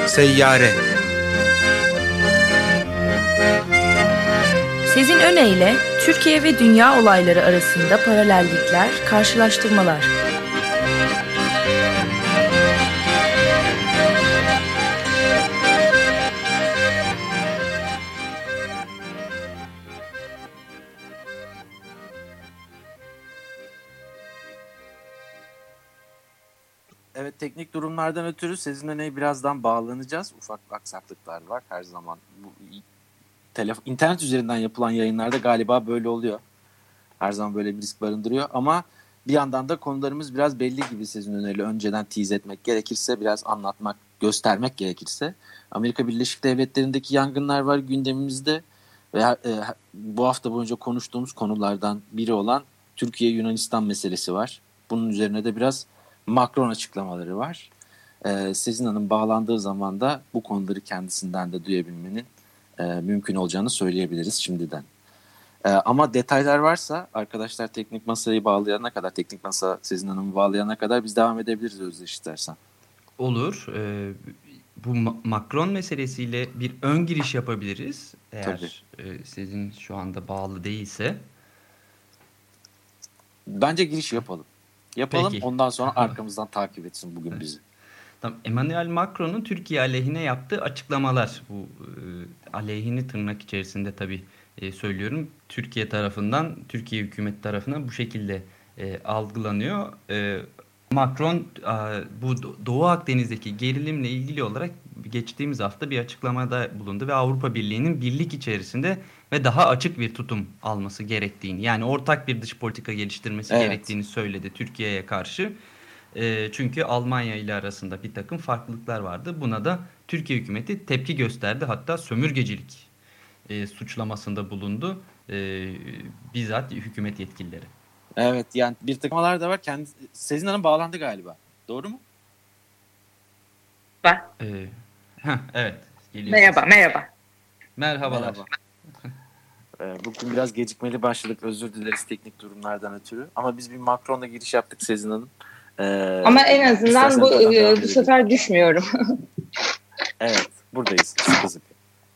Seyyare. Sezin Öne Türkiye ve dünya olayları arasında paralellikler, karşılaştırmalar. Evet, teknik durumlardan ötürü Sezin Öne'ye birazdan bağlanacağız. Ufak aksaklıklar var her zaman. İnternet üzerinden yapılan yayınlarda galiba böyle oluyor. Her zaman böyle bir risk barındırıyor ama bir yandan da konularımız biraz belli gibi Sezin Öne'yle önceden tease etmek gerekirse, biraz anlatmak, göstermek gerekirse. Amerika Birleşik Devletleri'ndeki yangınlar var gündemimizde ve bu hafta boyunca konuştuğumuz konulardan biri olan Türkiye-Yunanistan meselesi var. Bunun üzerine de biraz Macron açıklamaları var. Sezin Hanım bağlandığı zaman da bu konuları kendisinden de duyabilmenin mümkün olacağını söyleyebiliriz şimdiden. Ama detaylar varsa arkadaşlar teknik masayı bağlayana kadar, teknik masa Sezin Hanım'ı bağlayana kadar biz devam edebiliriz Özdeş istersen. Olur. Bu Macron meselesiyle bir ön giriş yapabiliriz. Eğer Sezin şu anda bağlı değilse. Bence giriş yapalım. Yapalım. Peki. Ondan sonra arkamızdan takip etsin bugün bizi. Tamam. Emmanuel Macron'un Türkiye aleyhine yaptığı açıklamalar. Bu aleyhini tırnak içerisinde tabii söylüyorum. Türkiye tarafından, Türkiye hükümeti tarafından bu şekilde algılanıyor. Macron bu Doğu Akdeniz'deki gerilimle ilgili olarak geçtiğimiz hafta bir açıklamada bulundu ve Avrupa Birliği'nin birlik içerisinde ve daha açık bir tutum alması gerektiğini, yani ortak bir dış politika geliştirmesi gerektiğini söyledi Türkiye'ye karşı. Çünkü Almanya ile arasında bir takım farklılıklar vardı. Buna da Türkiye hükümeti tepki gösterdi. Hatta sömürgecilik suçlamasında bulundu. Bizzat hükümet yetkilileri. Evet, yani bir takımalar da var. Sezin Hanım bağlandı galiba. Doğru mu? Evet. Merhaba. Merhabalar. Bugün biraz gecikmeli başladık. Özür dileriz teknik durumlardan ötürü. Ama biz bir Macron'la giriş yaptık Sezin Hanım. Ama en azından bu sefer düşmüyorum. Evet, buradayız. Sıkı sıkı.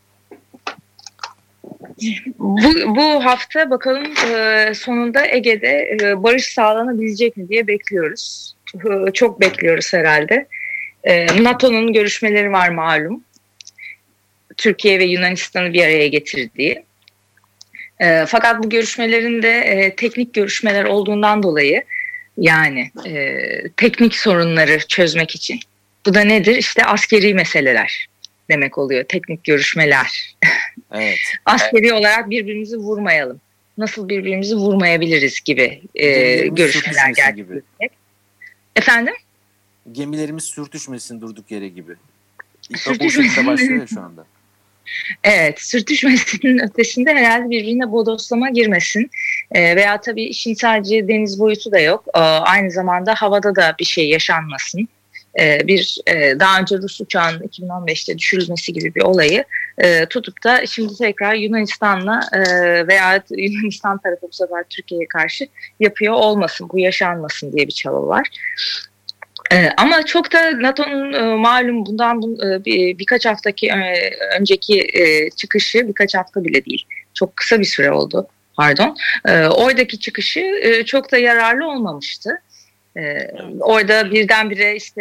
Bu hafta bakalım sonunda Ege'de barış sağlanabilecek mi diye bekliyoruz. Çok bekliyoruz herhalde. NATO'nun görüşmeleri var malum. Türkiye ve Yunanistan'ı bir araya getirdiği. Fakat bu görüşmelerin de teknik görüşmeler olduğundan dolayı, yani teknik sorunları çözmek için. Bu da nedir? İşte askeri meseleler demek oluyor. Teknik görüşmeler. Evet. Askeri olarak birbirimizi vurmayalım. Nasıl birbirimizi vurmayabiliriz gibi görüşmeler gerçekleşecek. Efendim? Gemilerimiz sürtüşmesin durduk yere gibi. O şekilde başlıyor şu anda. Evet, sürtüşmesinin ötesinde herhalde birbirine bodoslama girmesin. Veya tabii işin sadece deniz boyutu da yok. Aynı zamanda havada da bir şey yaşanmasın. Daha önce Rus uçağının 2015'te düşürülmesi gibi bir olayı tutup da şimdi tekrar Yunanistan'la veya Yunanistan tarafı bu sefer Türkiye'ye karşı yapıyor olmasın, bu yaşanmasın diye bir çaba var. Ama çok da NATO'nun malum bundan birkaç haftaki önceki çıkışı, birkaç hafta bile değil, çok kısa bir süre oldu, pardon. Oradaki çıkışı çok da yararlı olmamıştı. Orada birdenbire işte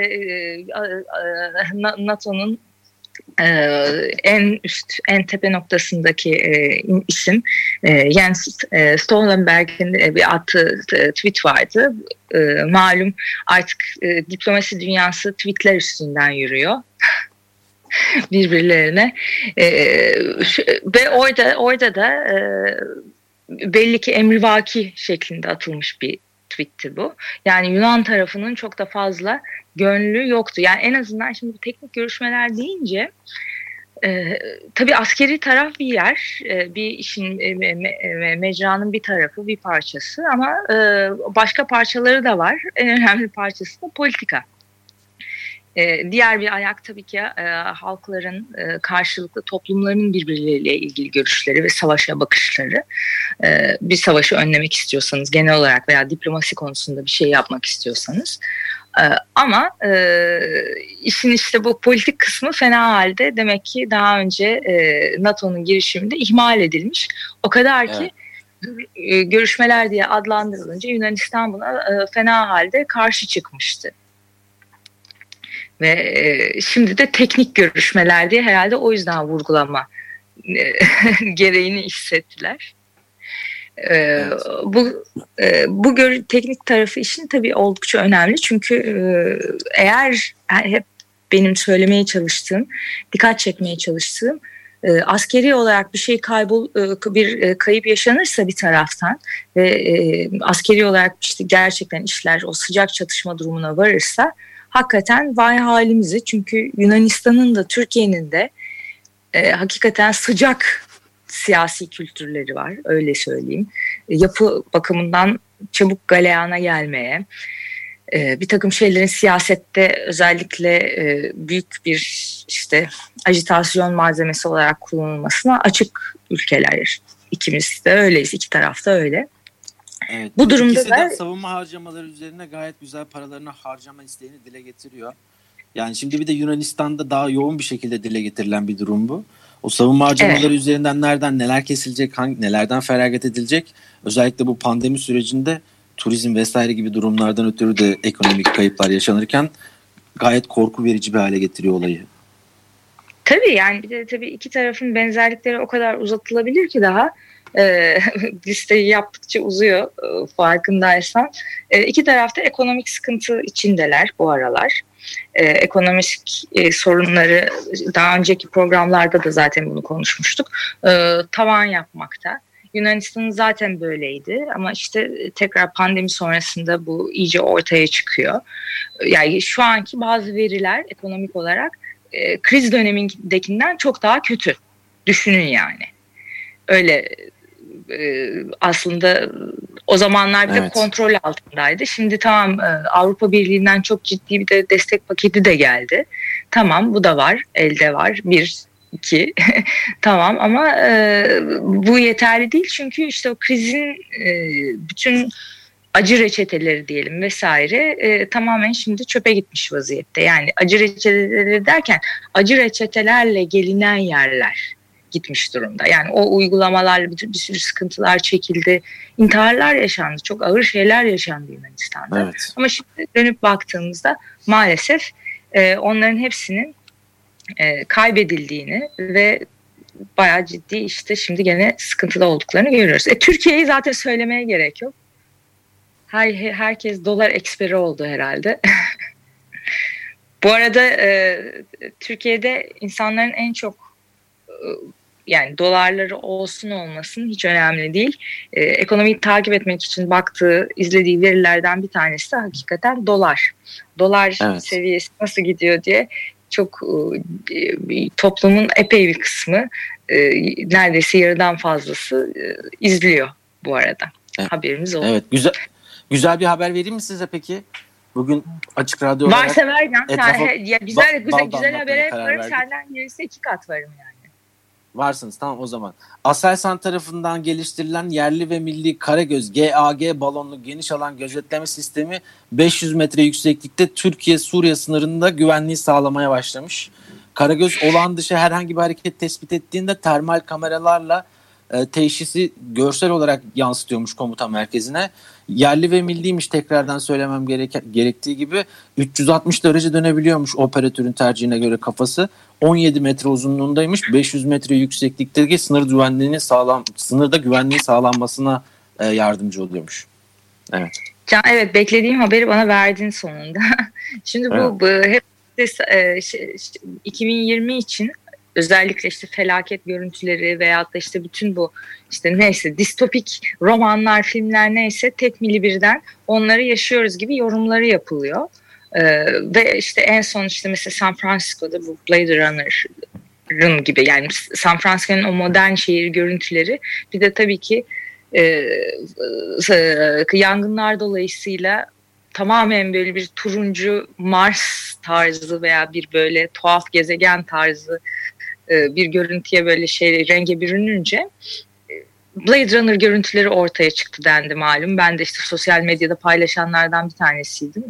NATO'nun en tepe noktasındaki isim Jens Stoltenberg'in bir attığı tweet vardı. Malum artık diplomasi dünyası tweetler üstünden yürüyor birbirlerine ve orada da belli ki emrivaki şeklinde atılmış bir tweetti bu. Yani Yunan tarafının çok da fazla gönlü yoktu. Yani en azından şimdi bu teknik görüşmeler deyince tabii askeri taraf bir yer, bir işin mecranın bir tarafı, bir parçası ama başka parçaları da var. En önemli parçası da politika. Diğer bir ayak tabii ki halkların karşılıklı toplumların birbirleriyle ilgili görüşleri ve savaşa bakışları. Bir savaşı önlemek istiyorsanız genel olarak veya diplomasi konusunda bir şey yapmak istiyorsanız Ama işin işte bu politik kısmı fena halde. Demek ki daha önce NATO'nun girişiminde ihmal edilmiş. O kadar ki görüşmeler diye adlandırılınca Yunanistan buna fena halde karşı çıkmıştı. Ve şimdi de teknik görüşmeler diye herhalde o yüzden vurgulama gereğini hissettiler. Evet. Bu teknik tarafı işin tabii oldukça önemli. Çünkü eğer hep benim söylemeye çalıştığım, dikkat çekmeye çalıştığım askeri olarak bir şey bir kayıp yaşanırsa bir taraftan ve askeri olarak işte gerçekten işler o sıcak çatışma durumuna varırsa hakikaten vay halimize. Çünkü Yunanistan'ın da Türkiye'nin de hakikaten sıcak siyasi kültürleri var, öyle söyleyeyim. Yapı bakımından çabuk galeyana gelmeye, bir takım şeylerin siyasette özellikle büyük bir işte ajitasyon malzemesi olarak kullanılmasına açık ülkeler. İkimiz de öyleyiz, iki taraf da öyle. Evet, bu durumda ikisi da de savunma harcamaları üzerine gayet güzel paralarını harcama isteğini dile getiriyor. Yani şimdi bir de Yunanistan'da daha yoğun bir şekilde dile getirilen bir durum bu. O savunma harcamaları üzerinden nereden neler kesilecek, nelerden feragat edilecek? Özellikle bu pandemi sürecinde turizm vesaire gibi durumlardan ötürü de ekonomik kayıplar yaşanırken gayet korku verici bir hale getiriyor olayı. Tabii yani bir de tabii iki tarafın benzerlikleri o kadar uzatılabilir ki daha listeyi yaptıkça uzuyor farkındaysan. İki tarafta ekonomik sıkıntı içindeler bu aralar. Ekonomik sorunları daha önceki programlarda da zaten bunu konuşmuştuk. Tavan yapmakta. Yunanistan'ın zaten böyleydi ama işte tekrar pandemi sonrasında bu iyice ortaya çıkıyor. Yani şu anki bazı veriler ekonomik olarak kriz dönemindekinden çok daha kötü. Düşünün yani. Öyle aslında o zamanlar bir de kontrol altındaydı. Şimdi tamam Avrupa Birliği'nden çok ciddi bir de destek paketi de geldi. Tamam bu da var, elde var. 1, 2 tamam ama bu yeterli değil. Çünkü işte o krizin bütün acı reçeteleri diyelim vesaire tamamen şimdi çöpe gitmiş vaziyette. Yani acı reçeteleri derken acı reçetelerle gelinen yerler gitmiş durumda. Yani o uygulamalarla bir sürü sıkıntılar çekildi. İntiharlar yaşandı. Çok ağır şeyler yaşandı Yunanistan'da. Evet. Ama şimdi dönüp baktığımızda maalesef onların hepsinin kaybedildiğini ve bayağı ciddi işte şimdi gene sıkıntıda olduklarını görüyoruz. Türkiye'yi zaten söylemeye gerek yok. Herkes dolar eksperi oldu herhalde. Bu arada Türkiye'de insanların en çok yani dolarları olsun olmasın hiç önemli değil. Ekonomiyi takip etmek için izlediği verilerden bir tanesi de hakikaten dolar. Dolar seviyesi nasıl gidiyor diye çok toplumun epey bir kısmı neredeyse yarıdan fazlası izliyor bu arada. Evet. Haberimiz oldu. Evet, güzel bir haber vereyim mi size peki? Bugün Açık Radyo olarak varsa vereceğim. Güzel habere yaparım. Senden gerisi 2 kat varım yani. Varsınız tamam o zaman. Aselsan tarafından geliştirilen yerli ve milli Karagöz GAG balonlu geniş alan gözetleme sistemi 500 metre yükseklikte Türkiye-Suriye sınırında güvenliği sağlamaya başlamış. Karagöz olağan dışı herhangi bir hareket tespit ettiğinde termal kameralarla teşhisi görsel olarak yansıtıyormuş komuta merkezine. Yerli ve milliymiş, tekrardan söylemem gerektiği gibi 360 derece dönebiliyormuş operatörün tercihine göre kafası. 17 metre uzunluğundaymış. 500 metre yükseklikteki sınırda güvenliği sağlanmasına yardımcı oluyormuş. Evet. Can, evet beklediğim haberi bana verdin sonunda. Şimdi bu hep 2020 için özellikle işte felaket görüntüleri veyahut da işte bütün bu işte neyse distopik romanlar, filmler neyse tekmili birden onları yaşıyoruz gibi yorumları yapılıyor. Ve işte en son işte mesela San Francisco'da bu Blade Runner'ın gibi yani San Francisco'nun o modern şehir görüntüleri bir de tabii ki yangınlar dolayısıyla tamamen böyle bir turuncu Mars tarzı veya bir böyle tuhaf gezegen tarzı bir görüntüye böyle renge bürününce Blade Runner görüntüleri ortaya çıktı dendi malum. Ben de işte sosyal medyada paylaşanlardan bir tanesiydim. O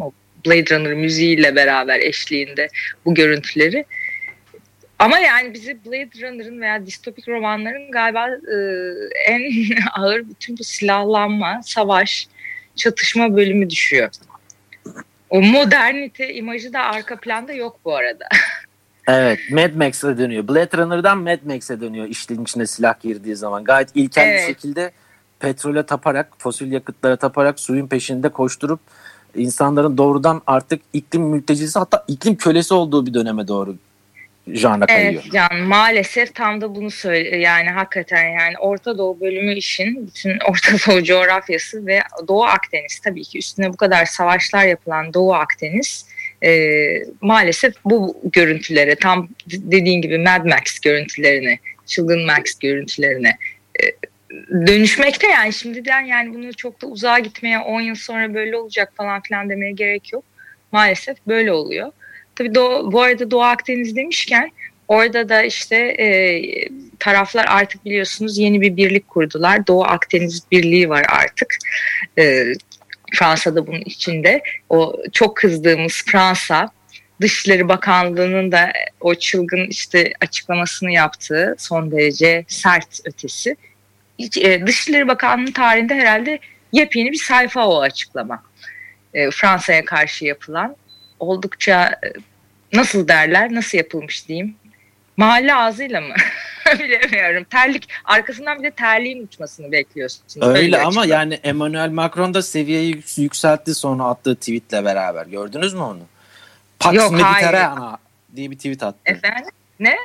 Blade Runner müziğiyle beraber eşliğinde bu görüntüleri. Ama yani bizi Blade Runner'ın veya distopik romanların galiba en ağır bütün bu silahlanma, savaş, çatışma bölümü düşüyor. O modernite imajı da arka planda yok bu arada. Evet, Mad Max'e dönüyor. Blade Runner'dan Mad Max'e dönüyor işin içine silah girdiği zaman. Gayet ilkel bir şekilde petrole taparak, fosil yakıtlara taparak suyun peşinde koşturup insanların doğrudan artık iklim mültecisi, hatta iklim kölesi olduğu bir döneme doğru janra kayıyor. Evet Can, maalesef tam da bunu söyle, yani hakikaten yani Orta Doğu bölümü işin bütün Orta Doğu coğrafyası ve Doğu Akdeniz, tabii ki üstüne bu kadar savaşlar yapılan Doğu Akdeniz maalesef bu görüntülere, tam dediğin gibi Mad Max görüntülerine, Çılgın Max görüntülerine dönüşmekte. Yani şimdiden yani bunu çok da uzağa gitmeye, 10 yıl sonra böyle olacak falan filan demeye gerek yok. Maalesef böyle oluyor. Tabii bu arada Doğu Akdeniz demişken orada da işte taraflar artık biliyorsunuz yeni bir birlik kurdular. Doğu Akdeniz Birliği var artık. Fransa'da bunun içinde. O çok kızdığımız Fransa Dışişleri Bakanlığı'nın da o çılgın işte açıklamasını yaptığı son derece sert ötesi. Dışişleri Bakanlığı'nın tarihinde herhalde yepyeni bir sayfa o açıklama. Fransa'ya karşı yapılan oldukça nasıl derler, nasıl yapılmış diyeyim, mahalle ağzıyla mı bilemiyorum. Terlik, arkasından bir de terliğin uçmasını bekliyorsunuz. Öyle ama yani Emmanuel Macron da seviyeyi yükseltti sonra attığı tweetle beraber. Gördünüz mü onu? Pax Mediterranea diye bir tweet attı. Efendim? Ne?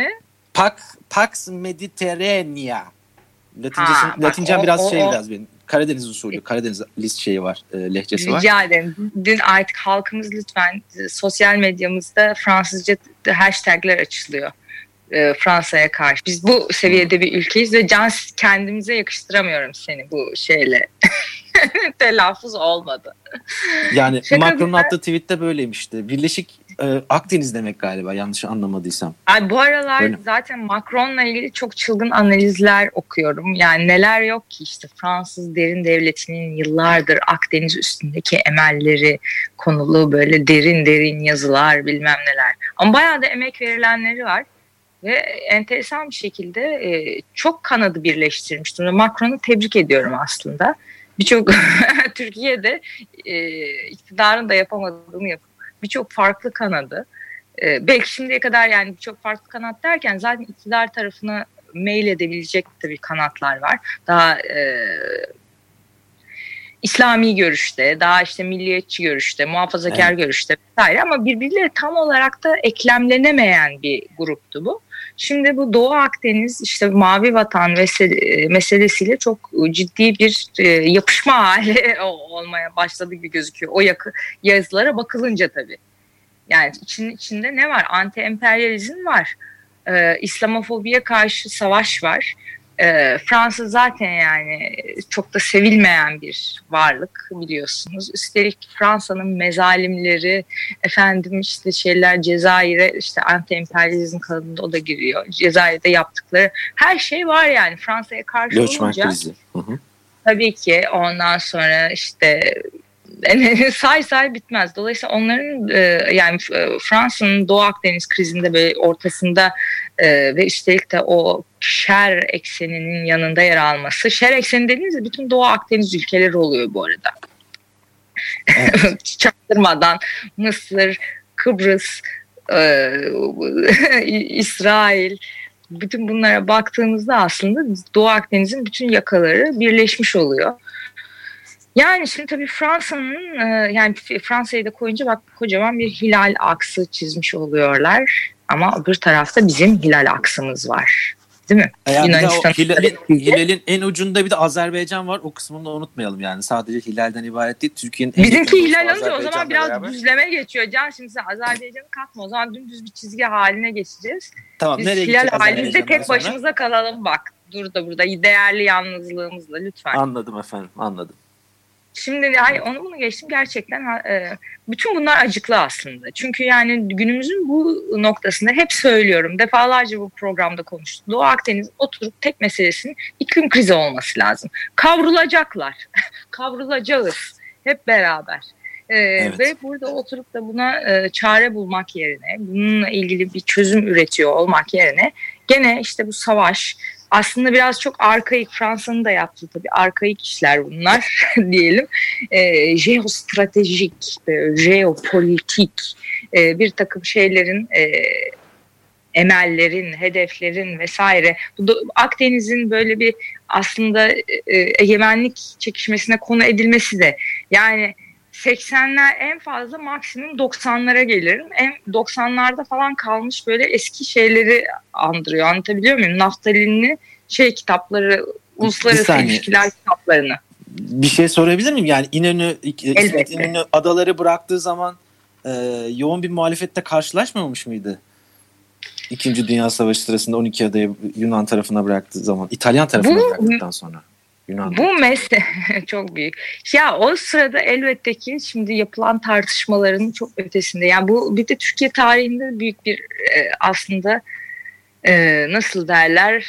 Pax Mediterranea. Latincem biraz biraz benim. Karadeniz usulü, Karadeniz şeyi var, lehçesi var. Rica ederim. Dün artık halkımız lütfen sosyal medyamızda Fransızca hashtagler açılıyor. Fransa'ya karşı. Biz bu seviyede bir ülkeyiz ve kendimize yakıştıramıyorum seni bu şeyle. Telaffuz olmadı. Yani Macron'un attığı tweette böyleymişti. Birleşik Akdeniz demek galiba, yanlış anlamadıysam. Ay, bu aralar öyle. Zaten Macron'la ilgili çok çılgın analizler okuyorum. Yani neler yok ki, işte Fransız derin devletinin yıllardır Akdeniz üstündeki emelleri konulu böyle derin yazılar, bilmem neler. Ama bayağı da emek verilenleri var. Ve enteresan bir şekilde çok kanadı birleştirmiş durumda. Macron'u tebrik ediyorum aslında. Birçok Türkiye'de iktidarın da yapamadığını yapıp birçok farklı kanadı. Belki şimdiye kadar yani birçok farklı kanat derken zaten iktidar tarafına mail edebilecek tabii kanatlar var. Daha İslami görüşte, daha işte milliyetçi görüşte, muhafazakar görüşte vesaire, ama birbirleri tam olarak da eklemlenemeyen bir gruptu bu. Şimdi bu Doğu Akdeniz işte Mavi Vatan meselesiyle çok ciddi bir yapışma hali olmaya başladı gibi gözüküyor. O yazılara bakılınca tabii. Yani içinde ne var? Anti-emperyalizm var. İslamofobiye karşı savaş var. Fransa zaten yani çok da sevilmeyen bir varlık biliyorsunuz. Üstelik Fransa'nın mezalimleri, efendim işte Cezayir'e işte anti-emperyalizm kanalında o da giriyor. Cezayir'de yaptıkları her şey var yani Fransa'ya karşı olunca. Krizi. Hı. Tabii ki ondan sonra işte say bitmez. Dolayısıyla onların yani Fransa'nın Doğu Akdeniz krizinde böyle ortasında ve üstelik de o şer ekseninin yanında yer alması. Şer ekseni dediğinizde bütün Doğu Akdeniz ülkeleri oluyor bu arada. Evet. Çaktırmadan Mısır, Kıbrıs, İsrail, bütün bunlara baktığımızda aslında Doğu Akdeniz'in bütün yakaları birleşmiş oluyor. Yani şimdi tabii Fransa'nın yani Fransa'yı da koyunca bak kocaman bir hilal aksı çizmiş oluyorlar. Ama öbür tarafta bizim hilal aksımız var. Değil mi? Yani hilalin en ucunda bir de Azerbaycan var. O kısmını da unutmayalım yani. Sadece hilalden ibaret değil. Türkiye'nin bizimki hilal olunca o zaman biraz düzleme geçiyor. Can şimdi sen Azerbaycan'ı katma. O zaman dümdüz bir çizgi haline geçeceğiz. Tamam, biz hilal halimizde tek başımıza kalalım bak. Dur da burada değerli yalnızlığımızla lütfen. Anladım efendim, anladım. Şimdi bunu geçtim, gerçekten bütün bunlar acıklı aslında. Çünkü yani günümüzün bu noktasında hep söylüyorum, defalarca bu programda konuştuk. Doğu Akdeniz oturup tek meselesinin iklim krizi olması lazım. Kavrulacaklar. Kavrulacağız hep beraber. Evet. Ve burada oturup da buna çare bulmak yerine, bununla ilgili bir çözüm üretiyor olmak yerine gene işte bu savaş, aslında biraz çok arkaik, Fransa'nın da yaptığı tabii arkaik işler bunlar diyelim. Jeostratejik, jeopolitik bir takım şeylerin, emellerin, hedeflerin vesaire. Akdeniz'in böyle bir aslında egemenlik çekişmesine konu edilmesi de, yani 80'ler en fazla, maksimum 90'lara gelirim. 90'larda falan kalmış böyle eski şeyleri andırıyor. Anlatabiliyor muyum? Naftalinli kitapları, uluslararası ilişkiler kitaplarını. Bir şey sorabilir miyim? Yani İsmet İnönü adaları bıraktığı zaman yoğun bir muhalefetle karşılaşmamış mıydı? İkinci Dünya Savaşı sırasında 12 adayı Yunan tarafına bıraktığı zaman, İtalyan tarafına bıraktıktan sonra. Bu mesele çok büyük. Ya o sırada elbette ki şimdi yapılan tartışmaların çok ötesinde. Yani bu bir de Türkiye tarihinde büyük bir aslında nasıl derler,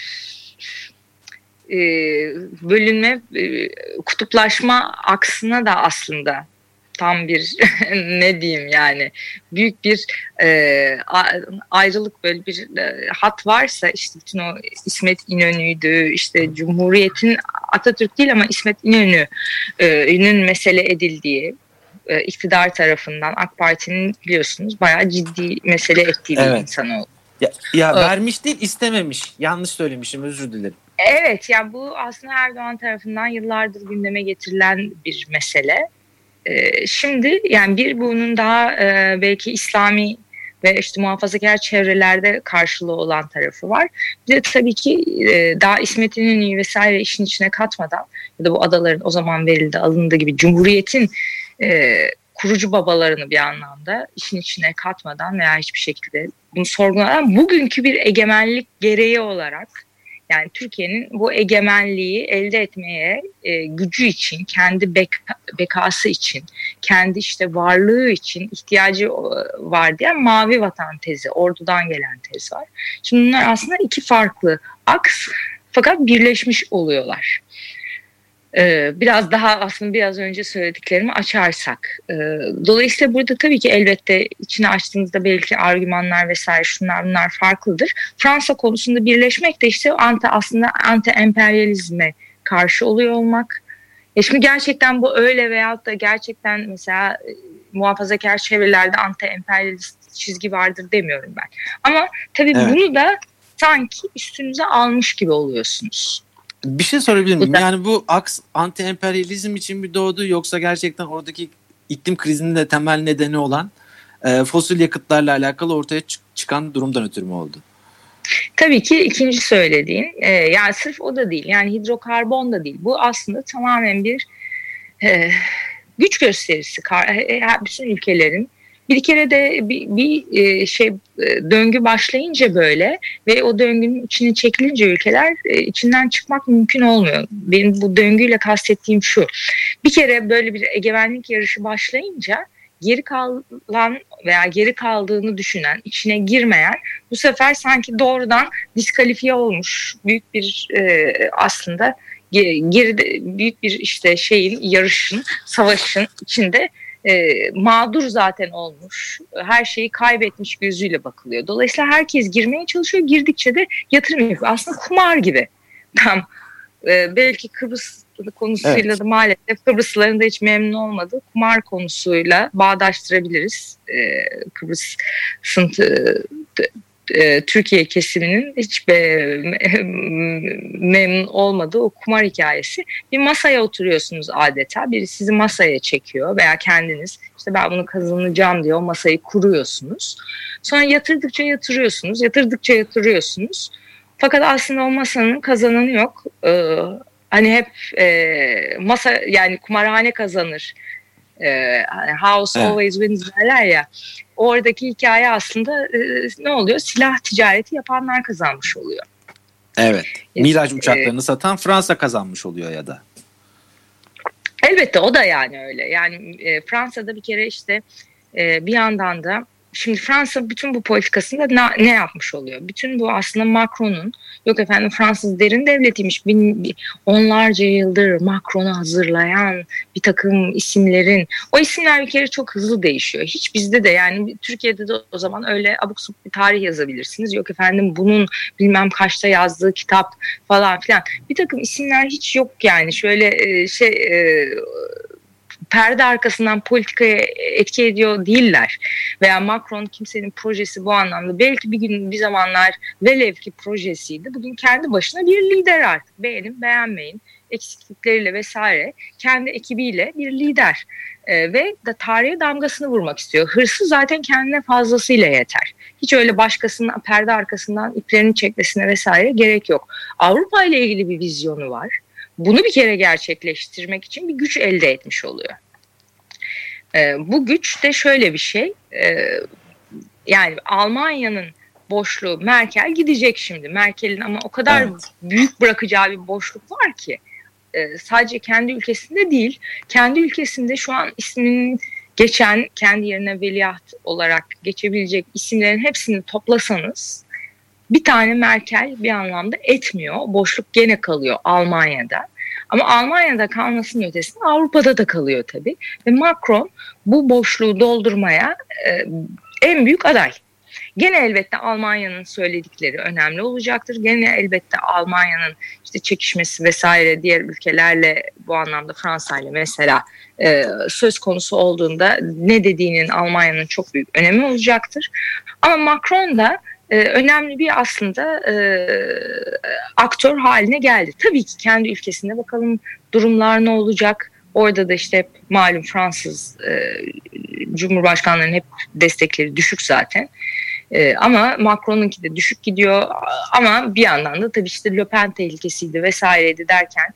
bölünme, kutuplaşma aksına da aslında tam bir ne diyeyim, yani büyük bir ayrılık, böyle bir hat varsa işte bütün o İsmet İnönü'ydü, işte Cumhuriyet'in, Atatürk değil ama İsmet İnönü'nün mesele edildiği, iktidar tarafından, AK Parti'nin biliyorsunuz bayağı ciddi mesele ettiği bir insan oldu. Ya vermiş değil, istememiş. Yanlış söylemişim, özür dilerim. Evet, yani bu aslında Erdoğan tarafından yıllardır gündeme getirilen bir mesele. Şimdi yani bunun daha belki İslami ve işte muhafazakar çevrelerde karşılığı olan tarafı var. Bir de tabii ki daha İsmet İnönü'yü vesaire işin içine katmadan, ya da bu adaların o zaman alındığı gibi Cumhuriyet'in kurucu babalarını bir anlamda işin içine katmadan veya hiçbir şekilde bunu sorgulamadan, bugünkü bir egemenlik gereği olarak, yani Türkiye'nin bu egemenliği elde etmeye gücü için, kendi bekası için, kendi işte varlığı için ihtiyacı var diyen mavi vatan tezi, ordudan gelen tez var. Şimdi bunlar aslında iki farklı aks, fakat birleşmiş oluyorlar. Biraz daha aslında biraz önce söylediklerimi açarsak. Dolayısıyla burada tabii ki elbette içine açtığınızda belki argümanlar vesaire şunlar bunlar farklıdır. Fransa konusunda birleşmek de işte aslında anti-emperyalizme karşı oluyor olmak. Şimdi gerçekten bu öyle, veyahut da gerçekten mesela muhafazakar çevrelerde anti-emperyalist çizgi vardır demiyorum ben. Ama tabii bunu da sanki üstünüze almış gibi oluyorsunuz. Bir şey sorabilir miyim? Yani bu aks anti-emperyalizm için mi doğdu, yoksa gerçekten oradaki iklim krizinin de temel nedeni olan fosil yakıtlarla alakalı ortaya çıkan durumdan ötürü mü oldu? Tabii ki ikinci söylediğin, yani sırf o da değil, yani hidrokarbon da değil. Bu aslında tamamen bir güç gösterisi. Bütün ülkelerin bir kere de bir döngü başlayınca böyle ve o döngünün içine çekilince ülkeler içinden çıkmak mümkün olmuyor. Benim bu döngüyle kastettiğim şu: bir kere böyle bir egemenlik yarışı başlayınca geri kalan veya geri kaldığını düşünen, içine girmeyen bu sefer sanki doğrudan diskalifiye olmuş, büyük bir aslında geride büyük bir işte yarışın, savaşın içinde mağdur zaten olmuş, her şeyi kaybetmiş gözüyle bakılıyor. Dolayısıyla herkes girmeye çalışıyor, girdikçe de yatırım yapıyor. Aslında kumar gibi. Tam belki Kıbrıs konusuyla da maalesef Kıbrıslıların da hiç memnun olmadığı kumar konusuyla bağdaştırabiliriz. Kıbrıs'ın Türkiye kesiminin hiç memnun olmadığı o kumar hikayesi. Bir masaya oturuyorsunuz adeta. Biri sizi masaya çekiyor veya kendiniz işte ben bunu kazanacağım diye o masayı kuruyorsunuz. Sonra yatırdıkça yatırıyorsunuz. Fakat aslında o masanın kazananı yok. Hani hep masa, yani kumarhane kazanır. House always wins derler ya. Oradaki hikaye aslında ne oluyor? Silah ticareti yapanlar kazanmış oluyor. Evet. Miraç uçaklarını satan Fransa kazanmış oluyor ya da. Elbette o da yani öyle. Yani Fransa'da bir kere işte bir yandan da Şimdi Fransa bütün bu politikasında ne yapmış oluyor? Bütün bu aslında Macron'un, yok efendim Fransız derin devletiymiş, onlarca yıldır Macron'u hazırlayan bir takım isimlerin, o isimler bir kere çok hızlı değişiyor. Hiç bizde de, yani Türkiye'de de o zaman öyle abuk subuk bir tarih yazabilirsiniz. Yok efendim bunun bilmem kaçta yazdığı kitap falan filan. Bir takım isimler hiç yok yani, şöyle perde arkasından politikaya etki ediyor değiller. Veya Macron kimsenin projesi bu anlamda. Belki bir gün bir zamanlar velev ki projesiydi. Bugün kendi başına bir lider artık. Beğenin beğenmeyin, eksiklikleriyle vesaire, kendi ekibiyle bir lider. Ve da tarihe damgasını vurmak istiyor. Hırsı zaten kendine fazlasıyla yeter. Hiç öyle başkasının perde arkasından iplerini çekmesine vesaire gerek yok. Avrupa ile ilgili bir vizyonu var. Bunu bir kere gerçekleştirmek için bir güç elde etmiş oluyor. Bu güç de şöyle bir şey. Yani Almanya'nın boşluğu, Merkel gidecek şimdi. Merkel'in ama o kadar büyük bırakacağı bir boşluk var ki. Sadece kendi ülkesinde değil, kendi ülkesinde şu an isminin geçen, kendi yerine veliaht olarak geçebilecek isimlerin hepsini toplasanız bir tane Merkel bir anlamda etmiyor. Boşluk gene kalıyor Almanya'da. Ama Almanya'da kalmasının ötesinde Avrupa'da da kalıyor tabii. Ve Macron bu boşluğu doldurmaya en büyük aday. Gene elbette Almanya'nın söyledikleri önemli olacaktır. Gene elbette Almanya'nın işte çekişmesi vesaire diğer ülkelerle, bu anlamda Fransa ile mesela söz konusu olduğunda ne dediğinin Almanya'nın çok büyük önemi olacaktır. Ama Macron da önemli bir aslında aktör haline geldi. Tabii ki kendi ülkesinde bakalım durumlar ne olacak. Orada da işte hep malum Fransız Cumhurbaşkanlarının hep destekleri düşük zaten. Ama Macron'unki de düşük gidiyor. Ama bir yandan da tabii işte Le Pen tehlikesiydi vesaireydi derken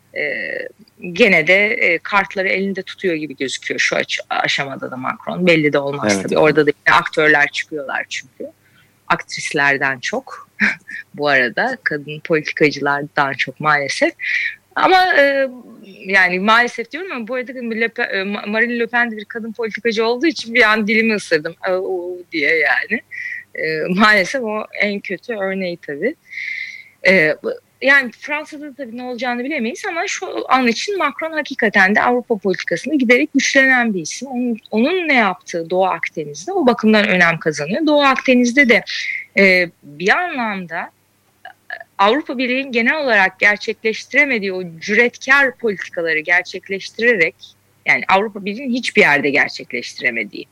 gene de kartları elinde tutuyor gibi gözüküyor şu aşamada da Macron. Belli de olmaz evet. Tabii. Orada da aktörler çıkıyorlar çünkü. Aktrislerden çok bu arada, kadın politikacılardan çok maalesef. Ama yani maalesef diyorum ama bu arada Marine Le Pen de bir kadın politikacı olduğu için bir an dilimi ısırdım diye yani. Maalesef o en kötü örneği tabii. Yani Fransa'da tabii ne olacağını bilemeyiz ama şu an için Macron hakikaten de Avrupa politikasında giderek güçlenen bir isim. Onun ne yaptığı Doğu Akdeniz'de o bakımdan önem kazanıyor. Doğu Akdeniz'de de bir anlamda Avrupa Birliği'nin genel olarak gerçekleştiremediği o cüretkar politikaları gerçekleştirerek, yani Avrupa Birliği'nin hiçbir yerde gerçekleştiremediği,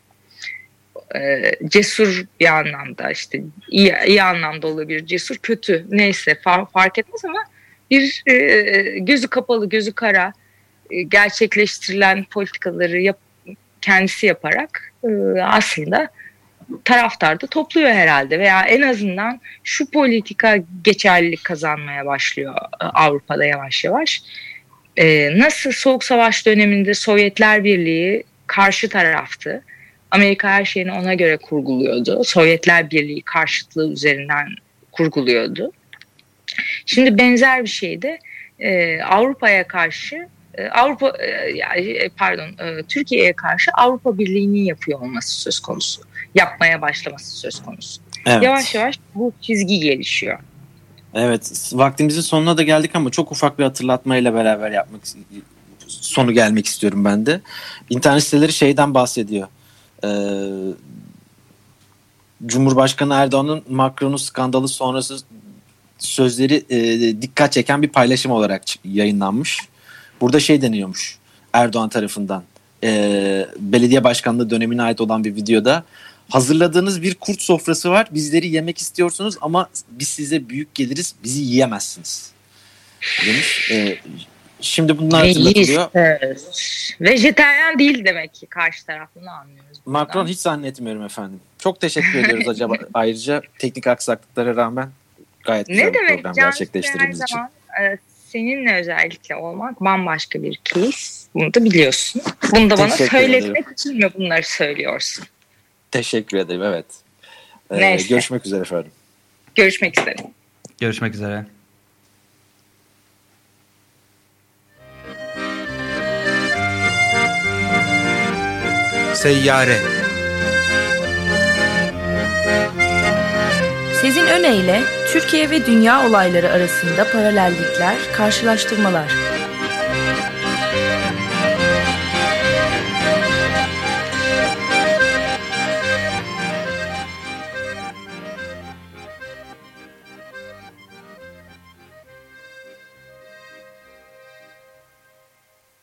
cesur bir anlamda, işte iyi anlamda olabilir, cesur kötü neyse fark etmez ama bir gözü kapalı gözü kara gerçekleştirilen politikaları kendisi yaparak aslında taraftar da topluyor herhalde, veya en azından şu politika geçerlilik kazanmaya başlıyor Avrupa'da yavaş yavaş. Nasıl Soğuk Savaş döneminde Sovyetler Birliği karşı taraftı. Amerika her şeyini ona göre kurguluyordu. Sovyetler Birliği karşıtlığı üzerinden kurguluyordu. Şimdi benzer bir şey de Avrupa'ya karşı Türkiye'ye karşı Avrupa Birliği'nin yapıyor olması söz konusu. Yapmaya başlaması söz konusu. Evet. Yavaş yavaş bu çizgi gelişiyor. Evet, vaktimizin sonuna da geldik ama çok ufak bir hatırlatmayla beraber sonu gelmek istiyorum ben de. İnternet siteleri şeyden bahsediyor. Cumhurbaşkanı Erdoğan'ın Macron'un skandalı sonrası sözleri dikkat çeken bir paylaşım olarak yayınlanmış. Burada şey deniyormuş Erdoğan tarafından. Belediye başkanlığı dönemine ait olan bir videoda, hazırladığınız bir kurt sofrası var, bizleri yemek istiyorsunuz ama biz size büyük geliriz, bizi yiyemezsiniz demiş. Şimdi bunlar hatırlatılıyor. Vejetaryen değil demek ki karşı tarafını anlıyoruz. Macron hiç zannetmiyorum efendim. Çok teşekkür ediyoruz acaba ayrıca teknik aksaklıklara rağmen gayet güzel bir program gerçekleştirdiğimiz için. Seninle özellikle olmak bambaşka bir keyif. Bunu da biliyorsun. Bunu da bana söyletmek için mi bunları söylüyorsun? Teşekkür ederim, evet. Görüşmek üzere efendim. Görüşmek üzere. Görüşmek üzere. Seyyare Sezin Öne ile Türkiye ve dünya olayları arasında paralellikler, karşılaştırmalar.